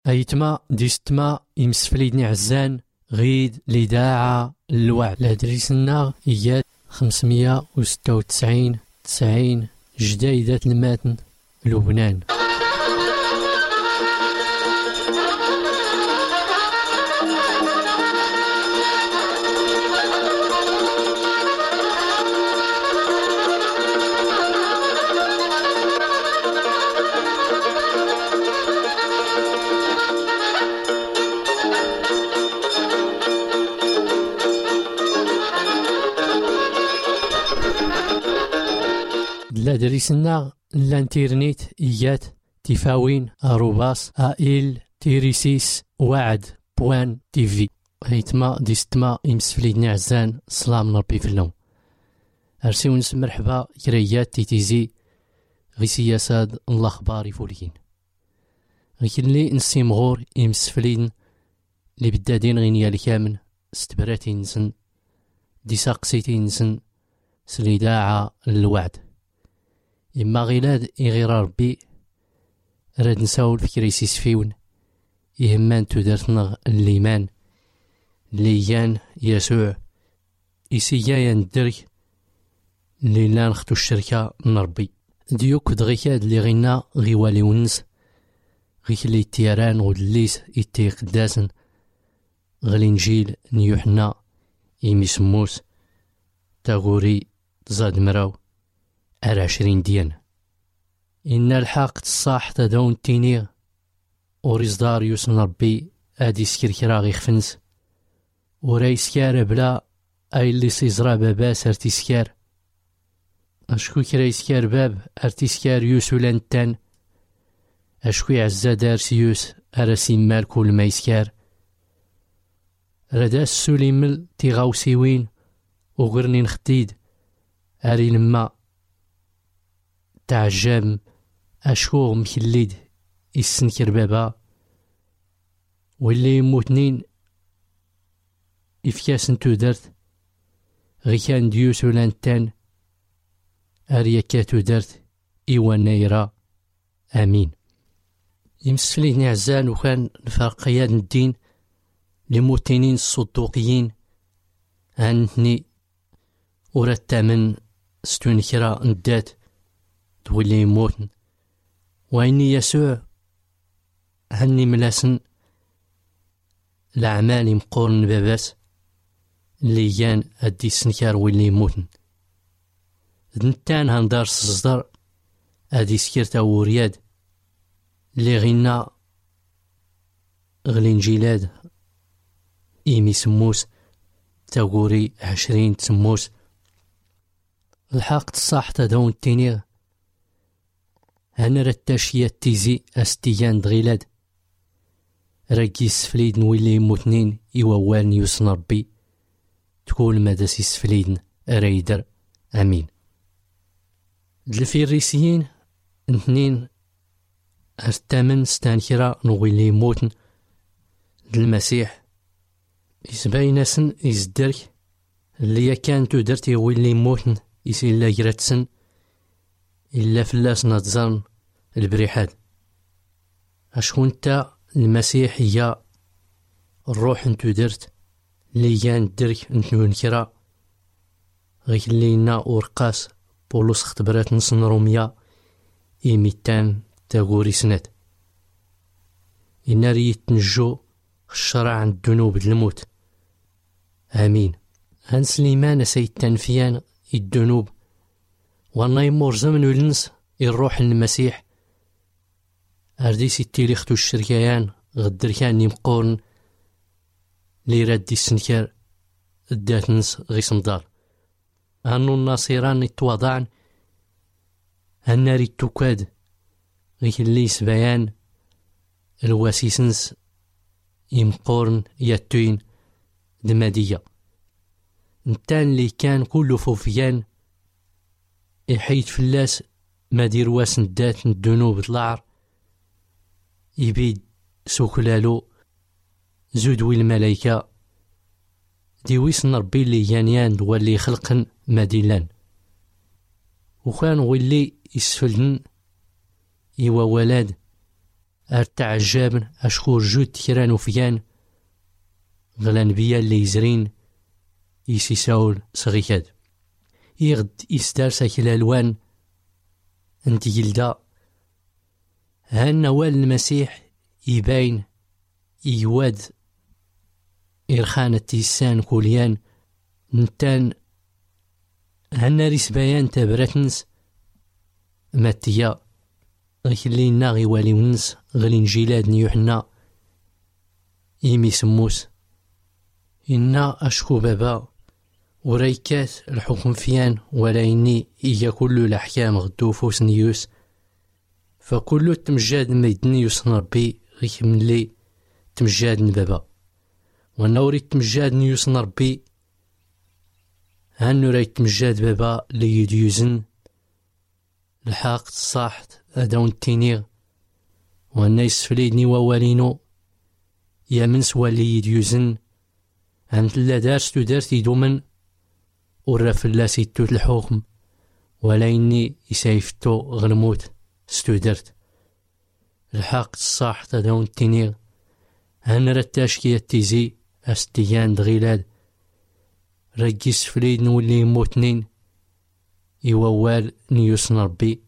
أيتما ديستما يمسفليدني عزان غيد لداعة الوعد لدريسنا إيات 596 90 جديدة الماتن لبنان. لا دريسنا الانترنت إيات تفاوين أروباس آئل تيريسيس وعد بوان تيفي. هيتما ديستما يمسفليدني عزان سلام ربي في اللوم أرسيو نسم مرحبا كريات تيتيزي غي سياساد الأخبار يفولين غيكلي نسي مغور يمسفلين اللي بدادين غينيا الكامن استبراتي نسن دي ساقسيتي نسن سليداعة الوعد إما غيلاد إغير ربي راد نساول فكريسي سفيون يهمان تدرتنا الليمان ليان يسوع إسيا يندرك اللي لا نختو الشركة نربي ديوك دغيكاد اللي غينا غيوالي ونس غيك اللي تيران ودليس إتيق داسن غالينجيل نيوحنا إيمي سموس تاغوري تزاد مراو 20 ديان إن الحق تصاح تدون تينيغ وريزدار يوسن ربي أدي سكركرا غي خفنس وراي سكار بلا أي اللي سيزرا باباس ارتي سكار أشكو كراي سكار باب ارتي سكار يوسو لانتان أشكو عزا دار سيوس أرسي مال كل ما يسكار رداس سوليمل تيغاو سيوين وغرني نختيد أري لما تعجب أشكو مكليد السنكر بابا واللي يموتنين إفكاس نتو درت غي كان ديوس ولانتان أريكاتو درت إيوا نايرا آمين. يمسفليني عزان وكان نفرق قياد الدين لموتينين الصدوقيين هانتني ورتا من ستون كرا ندات تولي يموتن وإني يسوع هني ملاسن الأعمال مقورن باباس اللي يان أدي سنكار واللي يموتن دنتان هندار الصدر أدي سكرتا ورياد اللي غينا غلين جيلاد إيمي سموس تاغوري 20 سموس الحق تصاح تدون تينيغ هنا رتاشيا تيزي أستيان دغيلاد راكي سفليدن ويلي يموتنين إيوان يوسن ربي تقول مداسي سفليدن رايدر آمين. الفيريسيين اثنين الثامن ستانكرا نويلي يموتن المسيح يسبايناسن يزدرك اللي كان تودرتي ويلي يموتن يسير لا جراتسن إلا فلاس نتزان البريحات أشكون نتا المسيح هي الروح نتو درت اللي كان درك نتو نكرا غيك اللينا ورقاس بولوس اختبرات نصن روميا إيميتان تاغوري سنات إنا ريت نجو الشرع عن الذنوب الموت آمين. هان سليمان سيد تنفيان الذنوب وانا يمور زمن ولنس الروح المسيح أرديسي التيلي ختو الشركيان غدر كان يمقورن لي رادي السنكار الداتنس غي صندار هانو الناصيران يتواضعن هناري التوكاد غي اللي سبيان الواسيسنس يمقورن ياتوين دمادية نتان لي كان كله فوفيان يحيد فلاس ما دير واسن دات الذنوب العار يبيد سوكلالو زودوي الملايكة ديويس نربي اللي يانيان واللي خلقن مديلان وكان واللي يسفلن إيوا ولاد ارتعجابن أشخور جود كران وفيان غلان بيا اللي يزرين يسي ساول صغيكاد يغد يستار ساكل الوان انت جلدا هان نوال المسيح يباين يواد إرخان التيسان كوليان نتان هان ريس بيان تابرتنس ماتيا غيخلينا غيوالي ونس غلين جيلاد نيوحنا يمي سموس إنا أشكو بابا وريكات الحكم فيان ولا إني إيا كل الأحكام غدو فوس نيوس فكل التمجاد ميدني يوصن ربي غيك من لي تمجاد بابا ونوري تمجاد نيوصن ربي هانو راي تمجاد بابا لي يديوزن الحاق الصاحت أداون التينيغ وانا يسفليدني ووالينو يا من سوالي يديوزن هانت لا دارس تدارت يدومن ورافلا سيتو الحكم ولا إني يسايفتو غنموت ستودرت الحاق الصاحت أداون التينيغ هان رتاشكي التيزي أستيان دغيلاد رجي سفليد نولي يموتنين يووال نيوسن ربي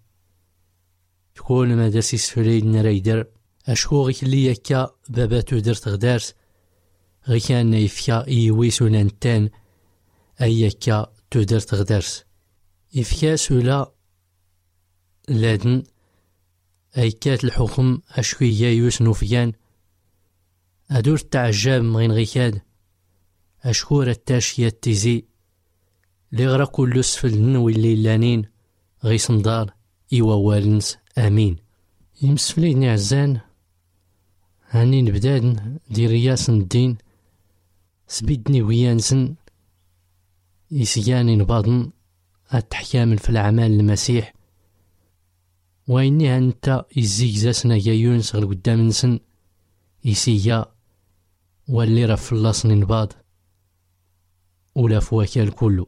تقول ما داسي سفليد نرايدر أشكو غيك اللي يكا بابا تودرت غدارس غيكان يفكا يويسو لانتان أي يكا تودرت غدارس يفكا سولا لادن أي كات الحكم أشكوية يوسنو فيان أدور التعجاب مغين غيكاد أشكور التاشية التيزي لي غرا كل سفل واللي لانين غي صندار إيوا والنس آمين يمسفليني عزان هاني نبداد دي رياس الدين سبيدني ويانسن يسياني نباضن التحكام في الأعمال المسيح وإني هانتا يزيكزاسنا يونس غل قدام نسن يسيا واللي رفلاسني نباض ولا فواكال كلو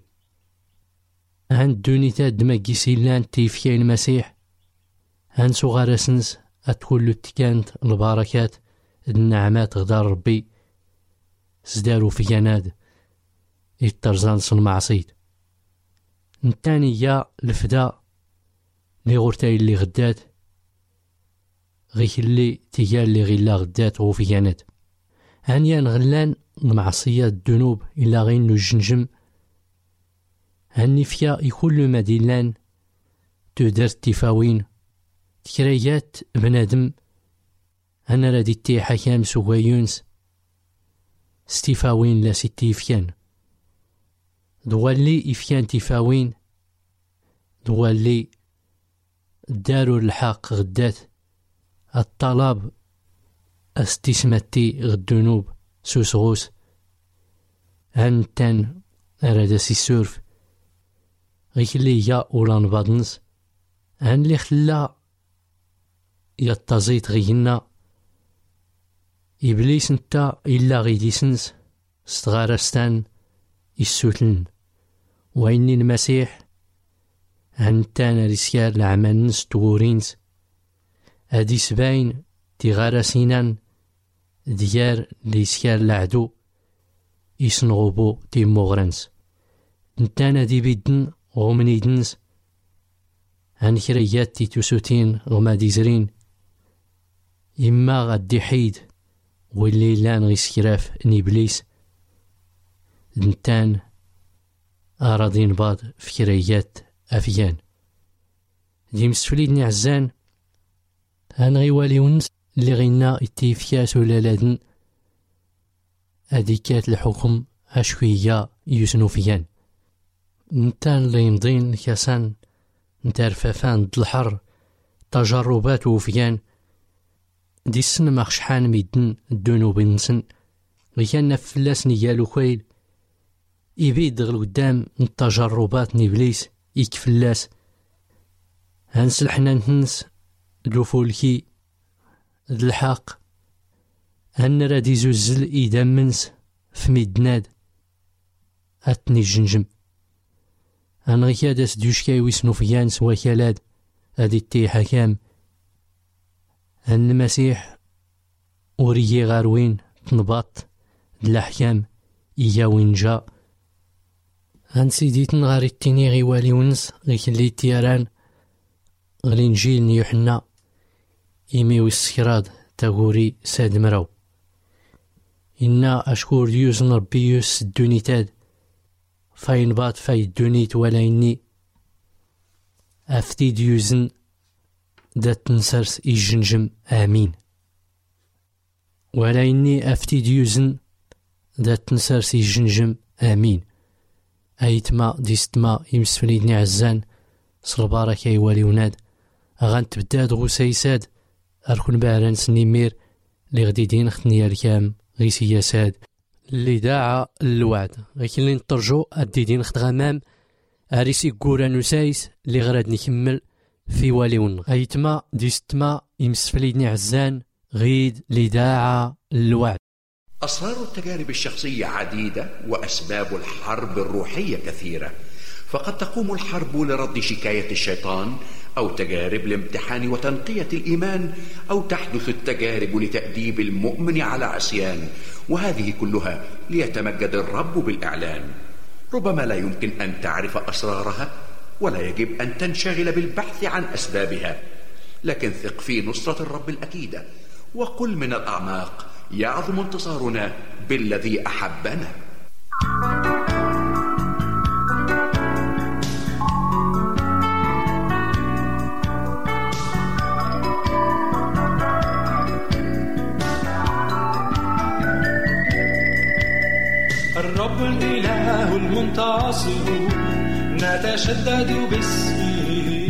هان دونيتا دماكي سيلان تيفكاين المسيح هان صغارسنس أتكلو تكانت البركات النعمات غدار ربي سدارو في جناد الترزان صن معصيد نتاني يا الفدا لي غورتاي اللي غدات غيك اللي تيال اللي غيلا غدات غو في جناد هانيا نغلان المعصية الذنوب إلا غين الجنجم هاني فيا يكل مدينان تودر تفاوين تكريات بنادم أنا رادي تي حكام سوغيونس ستيفاوين لا ستي فيان دوالي إفيان تفاوين دوالي دارو الحق غدات الطلب استسمتي غدنوب سوسغوس هانتان أرادا سيسورف غيك اللي يا أولان بادنس هان اللي خلا يتزيت غينا إبليس نتا إلا غيديسنس ستغارستان يسوتلن وإني المسيح هانتان ريسيار العمانس تغورينس هادي سباين تغارسينان ديار ليسيار العدو يسنغوبو تي مغرنس نتانا دي بيدن غومنيدنس هان كريات تي تسوتين غما ديزرين إما غدي حيد واللي لان غيسكراف نيبليس نتان أراضين بعض فكريات أفيان دي مسفليدني عزان هان غيوالي ونس اللي غينا اتيفياس ولا لادن أديكات الحكم أشوية يسنو فيان نتان اللي يمضين كاسان نتار فافان ضد الحر تجربات وفيان دي السن ما شحال ميدن الذنوب نسن غي كان نفلاس نيالو كويل يبيد غل قدام التجربات نيبليس يكفلاس هنسلحنا نتنس لوفولكي الحق هن رادي زوزل إيدام منس في ميدناد أتني الجنجم هن غي كاداس دوشكاي ويسنو فيان سوا كالاد هادي التي حكام أن المسيح وريي غاروين تنبط الأحكام إيا وين جا هان سيديتن غاري التيني غي والي ونس غي كلي تيران غلي نجيل نيوحنا إيمي ويسكراد تاغوري ساد مراو إنا أشكور ديوزن ربي يوس الدونيتاد فاين بات فاي الدونيت ولا إني أفتي ديوزن دات تنسرس إيجنجم آمين ولا إني أفتي ديوزن دات تنسرس إيجنجم آمين أيتما ديستما يمسفليدني عزان صلبارك أيوالي وناد أغان تبداد غوسايساد أركن بعران سنيمير لي غدي دين خطني الكام غي سياساد اللي داعا الوعد غيكلي نطرجو أدي خط غمام أريسي كوران وسايس اللي غراد نكمل في واليون أيتما ديستما يمسفليدني عزان غيد اللي داعا الوعد. أسرار التجارب الشخصية عديدة وأسباب الحرب الروحية كثيرة، فقد تقوم الحرب لرد شكاية الشيطان أو تجارب لامتحان وتنقية الإيمان، أو تحدث التجارب لتأديب المؤمن على عصيان، وهذه كلها ليتمجد الرب بالإعلان. ربما لا يمكن أن تعرف أسرارها ولا يجب أن تنشغل بالبحث عن أسبابها، لكن ثق في نصرة الرب الأكيدة وقل من الأعماق: يعظم انتصارنا بالذي أحبنا. الرب الإله المنتصر نتشدد باسمه،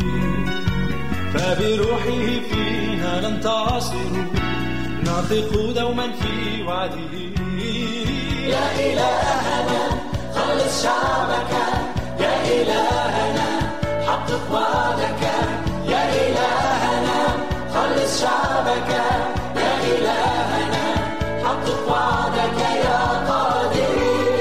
فبروحه فينا ننتصر، نثق دوما في وعده. يا إلهنا خلص شعبك، يا إلهنا حقق وعدك، يا إلهنا خلص شعبك، يا إلهنا حقق وعدك يا قادر.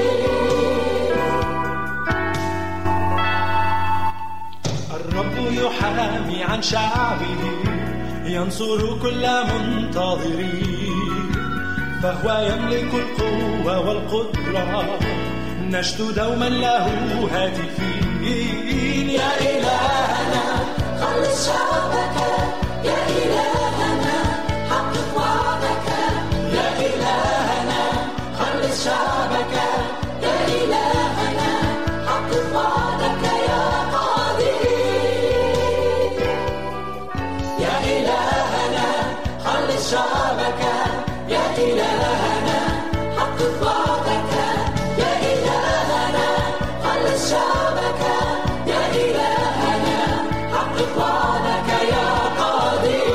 الرب يحامي عن شعبه، ينصر كل منتظرين، فهو يملك القوة والقدرة، نشد دوما له هاتفين. يا إلهنا خلص شعبك، يا إلهنا حقق وعدك، يا إلهنا خلص شعبك، يا إلهنا حقق وعدك يا قادر. يا إلهنا خلص شعبك، يا إلهنا حقق وعدك، يا إلهنا خلص شعبك، يا إلهنا حقق وعدك يا قادر.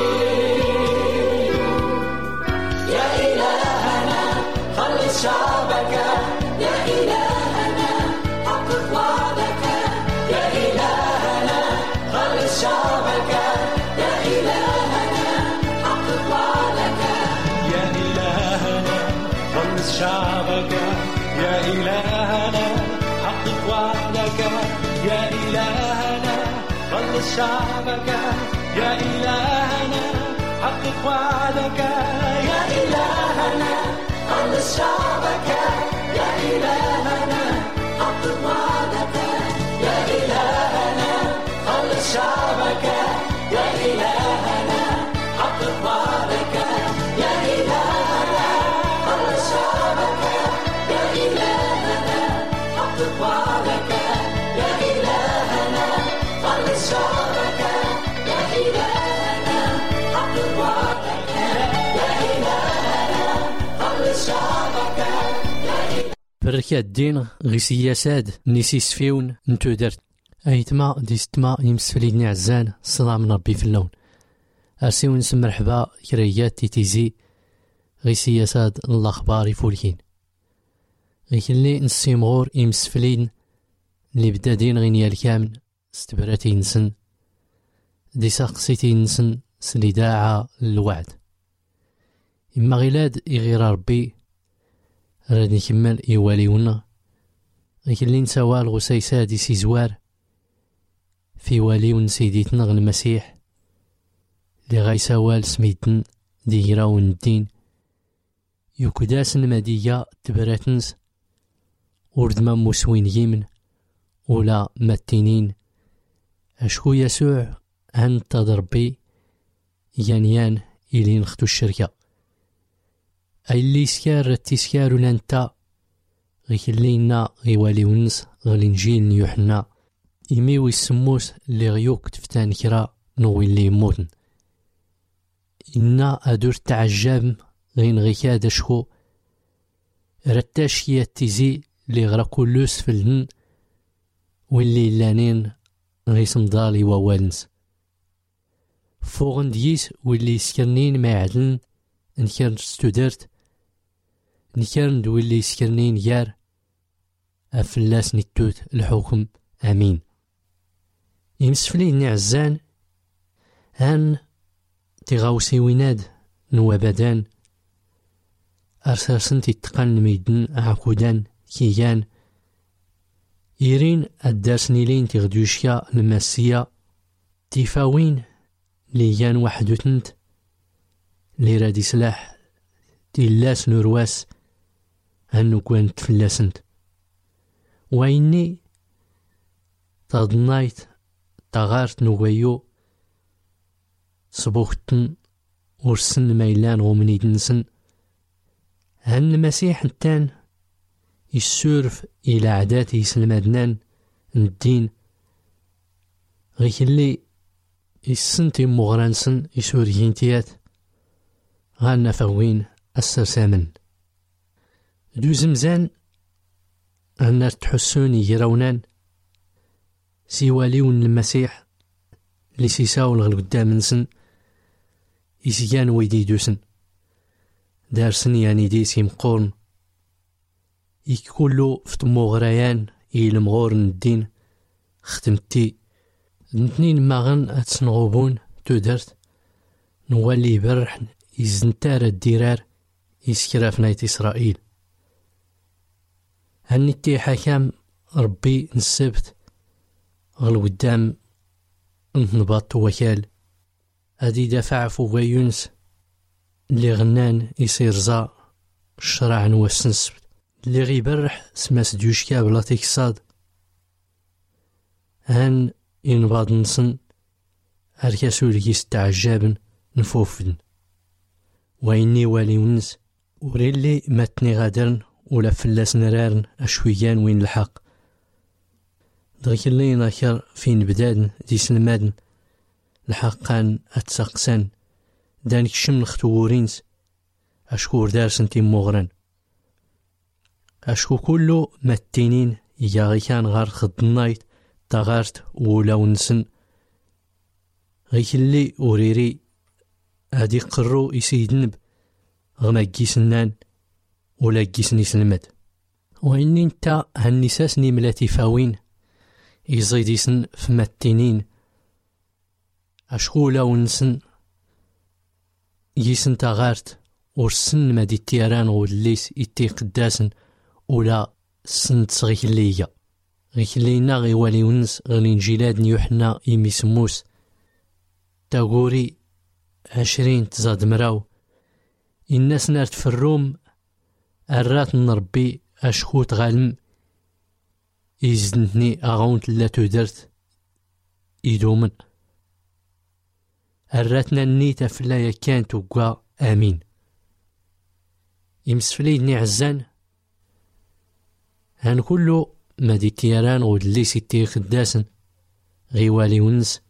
يا إلهنا خلص شعبك، يا إلهنا حقق وعدك، يا إلهنا خلص شعبك، يا إلهنا حقق وعدك. يا إلهنا خلص شعبك، يا إلهنا حقق وعدك، يا إلهنا خلص شعبك، يا إلهنا حقق وعدك. يا إلهنا خلص شعبك، يا إلهنا حقق وعدك، يا إلهنا خلص شعبك، يا إلهنا حقق وعدك، يا إلهنا خلص شعبك، يا إلهنا حقق وعدك، يا إلهنا خلص شعبك، يا إلهنا حقق وعدك، يا إلهنا خلص شعبك، يا بركة الدين غي سياساد نيسيس فيون نتو درت أيتما ديستما يمسفليدني عزان صلاة من ربي في اللون أرسيو نسم مرحبا كريات تيتيزي غي سياساد الأخبار يفولكين غي كلي نسيمغور يمسفلين اللي بدا دين غينيا الكامل استبراتي نسن دي ساقسيتي نسن سلي داعا الوعد إما غيلاد يغير ربي راد نكمل يواليونا غيكلي نساوال غسايساد يسي زوار في واليون سيديتنا المسيح لي غايساوال سميتن ديرا وندين يكداسن مدية تبراتنس وردما موسوين يمن ولا ماتينين أشكو يسوع أن تضربي يان إلي نختو الشركة أي اللي سكار تسكار لانتا غيكلينا غيوالي ونس غالينجيل يوحنا إميو السموس اللي غيوك تفتان كرا نوي اللي يموتن إنا أدور تعجب غين غيكاد أشكو رتاشيا تيزي اللي غرا كلوس في الهن واللي لانين غيسم دالي ووالنس فوغن ديس واللي سكرنين ما عدن نكرن ستودرت نكرن واللي سكرنين يار أفلاس نتوت الحكم أمين يمسفلين عزان هان تغاوسي ويناد نوابدان أرسرسن تتقن ميدن عقودان كيان إيرين الدارسني لين تغدوشيا الماسية تيفاوين ليان وحدو تنت لي رادي سلاح تيلاس نورواس هنو كوانت فلاسنت ويني تضنايت تغارت نوغيو صبوختن ورسن ميلان غومنيدنسن هن المسيح التان يسورف إلى عادات يسلمادنان الدين غيك اللي يسنتي مغرانسن يسوريين تيات غانا فوين السرسامن دو زمزان هنا تحسون يراونان سيواليون المسيح اللي سيساول غل قدام نسن يسيان ويديدوسن دارسن يعني ديسي مقورن يكولو فتمو غريان يلمغورن الدين ختمتي نتنين ماغن اتسنغوبون تودرت نوالي برح يزنتار الديرار يسكراف نايت إسرائيل هنتي حكام ربي نسبت غل قدام نباط وكال هادي دافع فوق يونس اللي غنان يصير زا الشرع نوسنس اللي غيبرح سماس ديوشكا بلا تيكساد هان ينباض نسن هركاسو لكيس تعجابن نفوفن ويني والي ونس وريلي ماتني غادرن ولا فلاس نرارن أشويان وين الحق دغيك اللي ناكر فين بدادن دي سلمادن الحقان أتساقسان دانك شم الختورينس أشكور دارسن تيم مغرن أشكو كلو ماتينين يا كان غار خد النايت تغارت ولا ونسن غيك اللي وريري هادي قرو يسيدنب غما كيسنان ولا كيسني سلمد وإني نتا هالنساسني ملاتي فاوين يزيد يسن في ماتينين أشكولا ونسن يسن تغارت ورسن مادي التيران والليس يتي قداسن ولا سن تصغيك الليا غيك اللينا غيوالي ونس غلين جيلاد يوحنا يمي سموس تاغوري 20 تزاد مراو الناس نارت في الروم الرات نربي أشكوت غالم يزدني أغاونت لا تودرت إيدومن الراتنا النيتا فلايا كانت وقوا آمين يمسفليدني عزان هان كلو مادي تيران ودلي ستي خداسن غيوالي ونس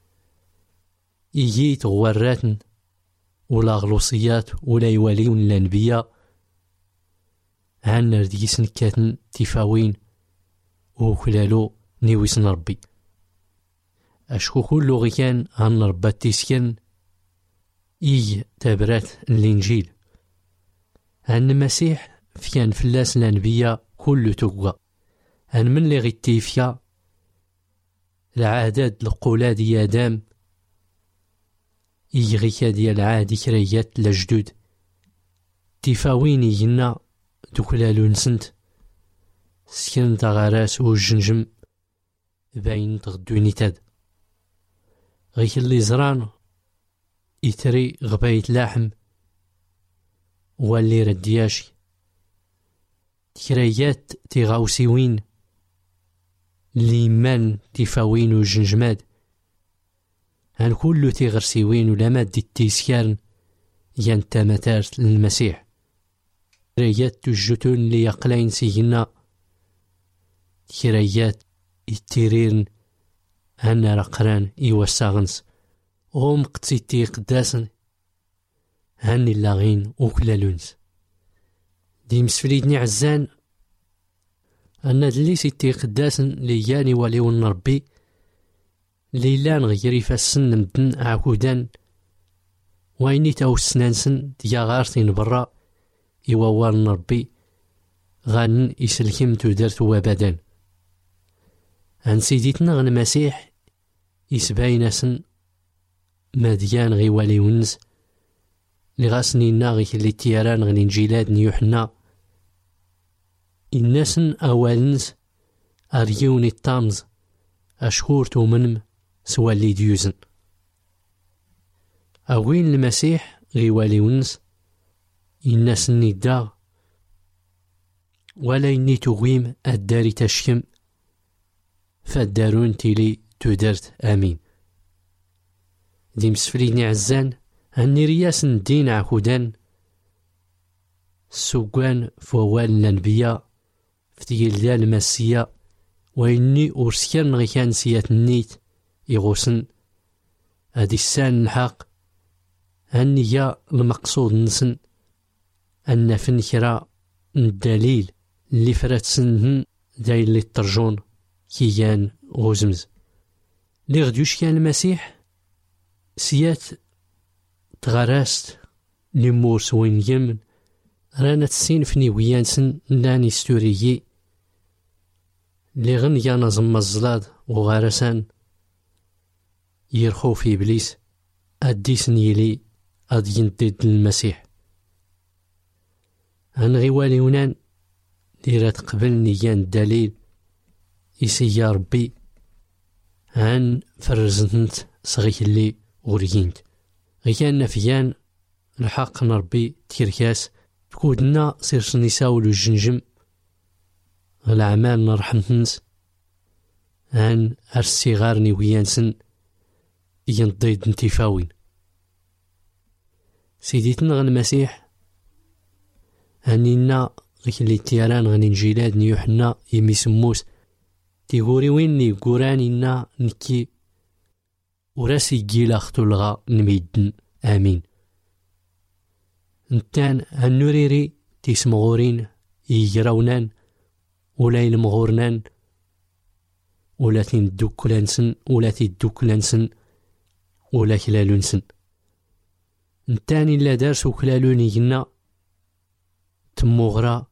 إيجيت غواراتن ولا غلوصيات ولا يواليون الأنبياء هان نرديسن كاتن تفاوين وكلالو نيويسن ربي أشكو كلو غيكان هان ربات تيسكن إي تابرات الإنجيل هان المسيح فيان فلاس الأنبياء كل تقوى هان من لي غيتيفيا العادات القولا دي آدم إيغيكا ديال العادي كريات لجدود تفاوين يجنا دوكلالو نسنت سكن تغاراس والجنجم باين تغدوني تاد غيك اللي زران يتري غباية لاحم واللي ردياشي تكريات تيغاوسيوين ليمان تيفاوين وجنجماد هان كله تيغرسيوين ولا ماد التيسكارن ينتمتارت للمسيح تكريات تجتون اللي يقلين سيجنا تكريات التيريرن هانا رقران إيواساغنس غوم قتيتي قداسن هاني اللاغين وكلالونس دي مسفليدني عزان أنا دلي سيتي قداسن لياني وليون ربي ليلان غيري فاسن مدن عكودان ويني تاو سنانسن ديا غارتين برا إيوان ربي غان يسلكم تودرت وابدان عن سيديتنا غن مسيح يسبايناسن ماديان غي واليونز لغاسني ناغي اللي تياران غن انجيلاد نيوحنا الناسن اوالنز اريوني التامز اشهور تومنم سوا اللي ديوزن اوين المسيح غي واليونز الناسن نيدا ولا يني تغويم الداري تشكم فالدارون تيلي تودرت امين دي مسفليني عزان هني رياس الدين عكودان السوقان فوال الانبياء فتيل دال المسيا وإني أرسكن غيكان سيات النيت يغوسن هادي السان الحق هني يا المقصود نسن أن فنكرا الدليل اللي فرات سنهن دايل اللي الترجون كيان غوزمز لي غديوش كان المسيح سيات تغراست لمورس وين يمن رانا تسين فني ويانسن لاني ستوريي لي غن يانا زم الزلاد وغارسان يرخو في إبليس أديسن يلي أد يندد المسيح هن غيوالي ونان لي راه تقبلني يان الدليل إسي يا ربي هان فرزنت صغيك اللي غوريينت غيكان نفيان الحق نربي تيركاس تكودنا سيرس نساول الجنجم الأعمال نرحمتنس هان أرسيغارني ويانسن ينضيد انتفاوين سيديتنا غن المسيح هانينا غيك اللي تيران غن انجيلاد نيوحنا يمي سموس تيغوري ويني قرانينا نكي وراسي جيلا اختلغا نميدن آمين نتان هنوريري تيسمغورين يجراونان ولا يلمغورنان ولا تندوكلانسن ولا تدوكلانسن ولا كلالونسن نتاني لا دارسو كلالوني جنا تموغرا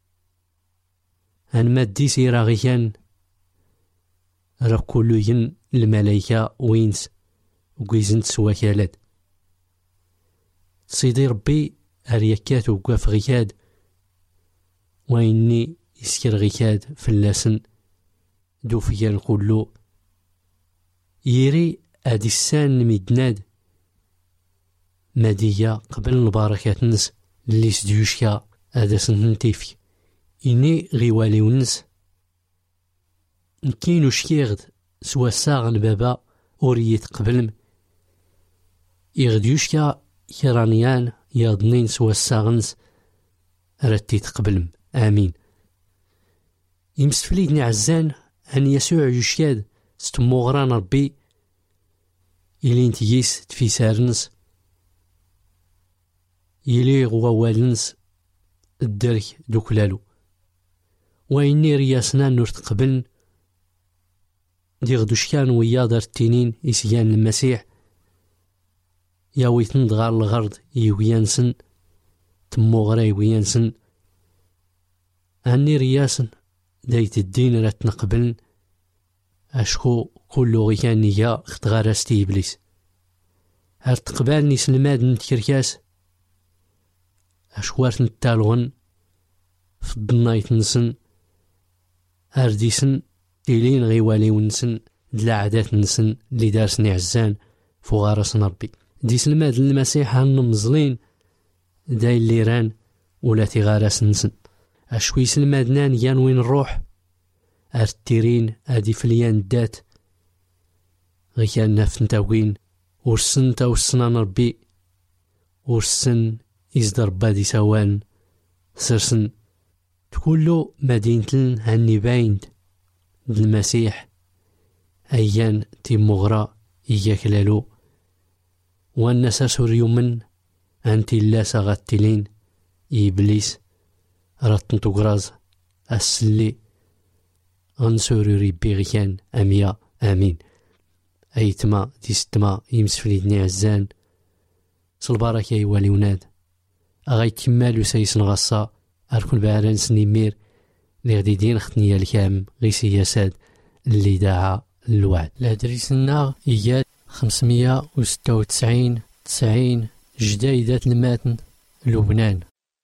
هن مادي سيرا غيان راه كلو ين الملايكة وينس وكيزنت سواكالات سيدي ربي هريكات وقاف غيكاد وإني يسكر غيكاد فلاسن دوفيان كلو يري ادي السان ميدناد مادية قبل البركات نس اللي سديوشكا هذا سنتيفي إني غيوالي ونس نكينو شكيغد سوا ساغن بابا أوريت قبلم يغديوشكا كيرانيان ياضنين سوا ساغنس رتيت قبلم آمين يمسفليدني عزان أن يسوع يشكاد ستموغران ربي إلي نتيس تفي سارنس إلي غوالنس الدرك دوكلالو وإني رياسنا نور تقبلن دي غدوشكان ويا دار التنين إسيان المسيح ياويتن دغار الغرض يويانسن تموغرا يويانسن أني رياسن دايت الدين راه تنقبلن أشكو كلو غيكان نيا اختغارستي إبليس هاد تقبالني سلماد نتكركاس أشوارت نتالغن في الضنايت نسن أرديسن إلين غيوالي ونسن دلا عادات نسن اللي دارسني عزان فوغارس ربي دي سلماد المسيح هنمزلين داي اللي ران ولا تغارس نسن أشوي سلمادنا نيان وين نروح أرتيرين أدي فليان دات غيان نفن تاوين ورسن تاوسنا نربي ورسن إزدر بادي سوان سرسن تقولو مدينتن هني بايند المسيح أيان تيمغرا إياك لالو والناس سوريومن أنتي لا سغتلين إبليس راتن تقراز السلي غنسوري ربي غيان أميا آمين أيتما تيستما يمسفليدني عزان صلبارك يا والي وناد أغاي كمال وسيسن غصا أركن بعران سنيمير لي غدي دين ختنيا الكام غي سياسات اللي داعا الوعد. الأدريس الناغ إياد 596 90 جدايدات الماتن لبنان.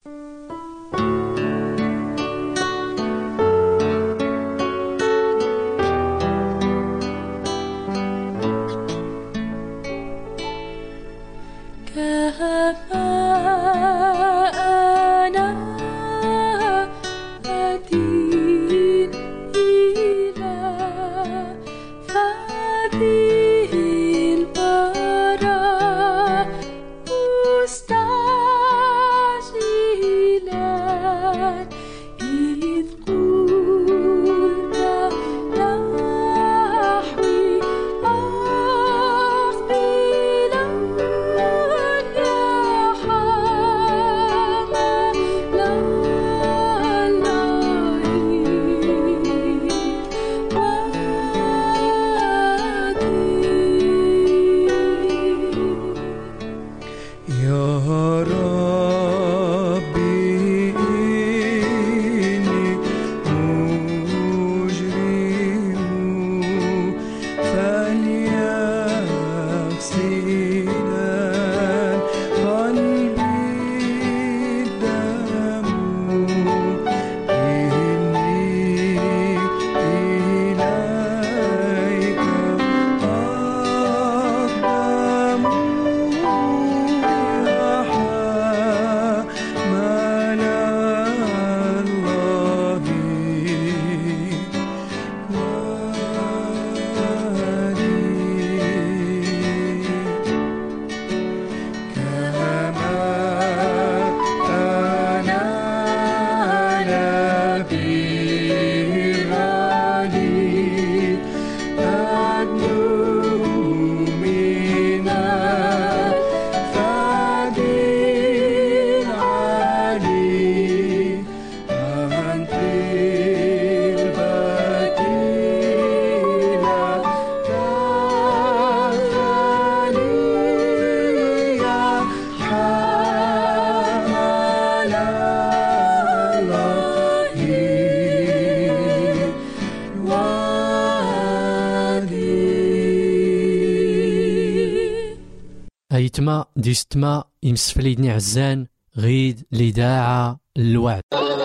أيتما ديستما يمسفليدني عزان غيد لداعة الوعد.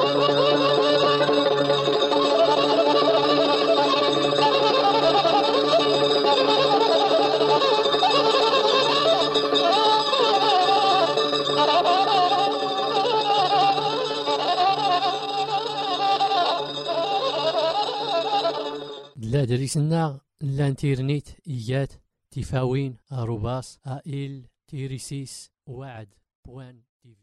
لا دريسنا لانتيرنيت إيات تفاوين أروباس آئل تيريسيس وعد بوان